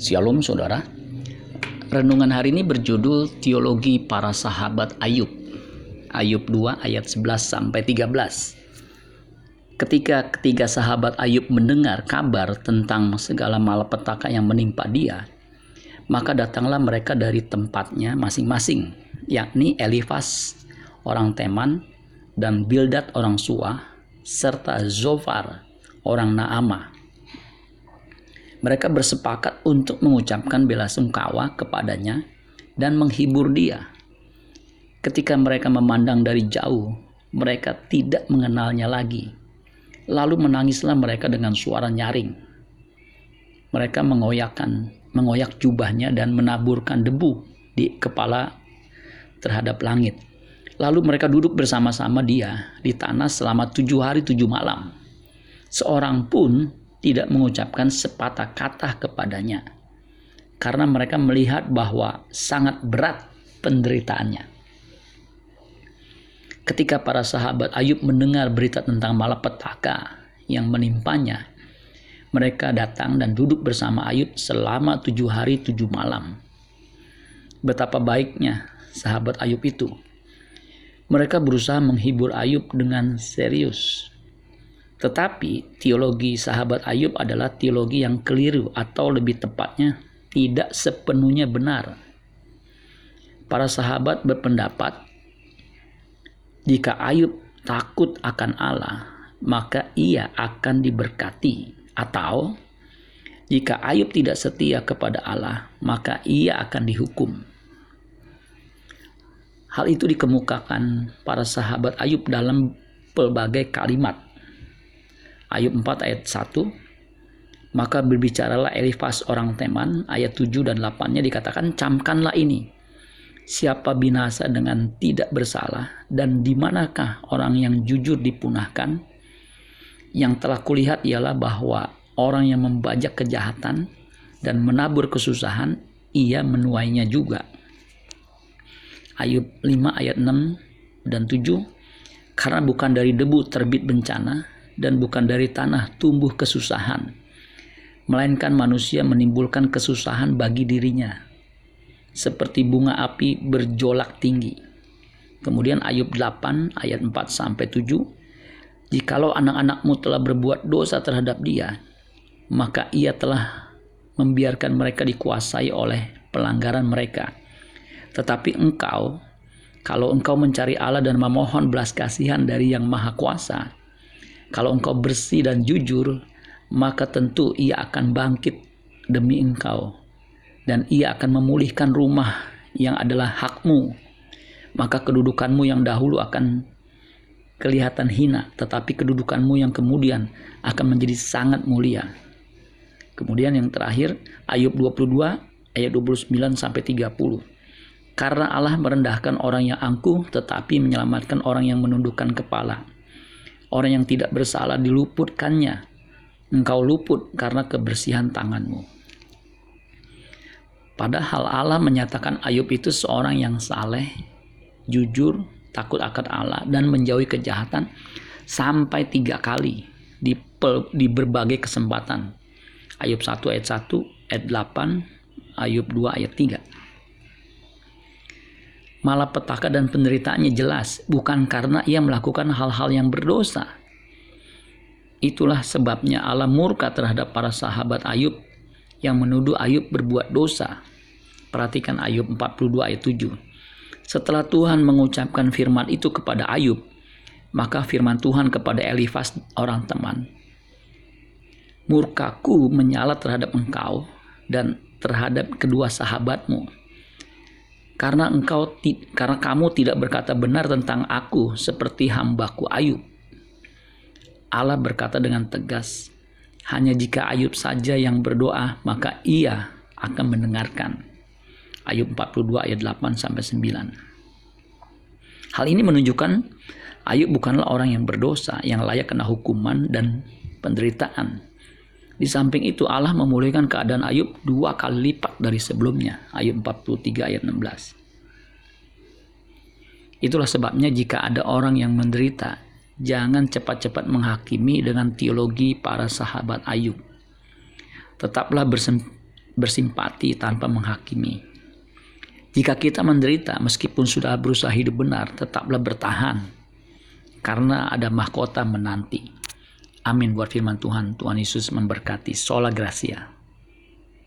Shalom saudara. Renungan hari ini berjudul Teologi Para Sahabat Ayub. Ayub 2 ayat 11 sampai 13. Ketika ketiga sahabat Ayub mendengar kabar tentang segala malapetaka yang menimpa dia, maka datanglah mereka dari tempatnya masing-masing, yakni Elifas orang Teman dan Bildad orang Suah serta Zofar orang Naamah. Mereka bersepakat untuk mengucapkan belasungkawa kepadanya dan menghibur dia. Ketika mereka memandang dari jauh, mereka tidak mengenalnya lagi. Lalu menangislah mereka dengan suara nyaring. Mereka mengoyak jubahnya dan menaburkan debu di kepala terhadap langit. Lalu mereka duduk bersama-sama dia di tanah selama 7 hari 7 malam. Seorang pun tidak mengucapkan sepatah kata kepadanya, karena mereka melihat bahwa sangat berat penderitaannya. Ketika para sahabat Ayub mendengar berita tentang malapetaka yang menimpanya, mereka datang dan duduk bersama Ayub selama 7 hari 7 malam. Betapa baiknya sahabat Ayub itu. Mereka berusaha menghibur Ayub dengan serius. Tetapi teologi sahabat Ayub adalah teologi yang keliru, atau lebih tepatnya tidak sepenuhnya benar. Para sahabat berpendapat jika Ayub takut akan Allah, maka ia akan diberkati. Atau jika Ayub tidak setia kepada Allah, maka ia akan dihukum. Hal itu dikemukakan para sahabat Ayub dalam pelbagai kalimat. Ayub 4 ayat 1, maka berbicaralah Elifas orang Teman, ayat 7 dan 8-nya dikatakan, camkanlah ini, siapa binasa dengan tidak bersalah, dan di manakah orang yang jujur dipunahkan? Yang telah kulihat ialah bahwa orang yang membajak kejahatan dan menabur kesusahan, ia menuainya juga. Ayub 5 ayat 6 dan 7, karena bukan dari debu terbit bencana, dan bukan dari tanah tumbuh kesusahan, melainkan manusia menimbulkan kesusahan bagi dirinya, seperti bunga api berjolak tinggi. Kemudian Ayub 8 ayat 4 sampai 7, jikalau anak-anakmu telah berbuat dosa terhadap dia, maka ia telah membiarkan mereka dikuasai oleh pelanggaran mereka. Tetapi engkau, kalau engkau mencari Allah dan memohon belas kasihan dari Yang Maha Kuasa, kalau engkau bersih dan jujur, maka tentu ia akan bangkit demi engkau, dan ia akan memulihkan rumah yang adalah hakmu. Maka kedudukanmu yang dahulu akan kelihatan hina, tetapi kedudukanmu yang kemudian akan menjadi sangat mulia. Kemudian yang terakhir, Ayub 22 ayat 29 sampai 30. Karena Allah merendahkan orang yang angkuh, tetapi menyelamatkan orang yang menundukkan kepala. Orang yang tidak bersalah diluputkannya. Engkau luput karena kebersihan tanganmu. Padahal Allah menyatakan Ayub itu seorang yang saleh, jujur, takut akan Allah, dan menjauhi kejahatan sampai 3 kali di berbagai kesempatan. Ayub 1 ayat 1, ayat 8, Ayub 2 ayat 3. Malapetaka dan penderitaannya jelas, bukan karena ia melakukan hal-hal yang berdosa. Itulah sebabnya Allah murka terhadap para sahabat Ayub yang menuduh Ayub berbuat dosa. Perhatikan Ayub 42 ayat 7. Setelah Tuhan mengucapkan firman itu kepada Ayub, maka firman Tuhan kepada Elifas orang Teman, murkaku menyala terhadap engkau dan terhadap kedua sahabatmu, karena kamu tidak berkata benar tentang aku seperti hambaku Ayub. Allah berkata dengan tegas, hanya jika Ayub saja yang berdoa, maka ia akan mendengarkan. Ayub 42 ayat 8 sampai 9. Hal ini menunjukkan Ayub bukanlah orang yang berdosa, yang layak kena hukuman dan penderitaan. Di samping itu Allah memulihkan keadaan Ayub 2 kali lipat dari sebelumnya. Ayub 43 ayat 16. Itulah sebabnya jika ada orang yang menderita, jangan cepat-cepat menghakimi dengan teologi para sahabat Ayub. Tetaplah bersimpati tanpa menghakimi. Jika kita menderita meskipun sudah berusaha hidup benar, tetaplah bertahan karena ada mahkota menanti. Amin buat firman Tuhan. Tuhan Yesus memberkati. Sola Gracia.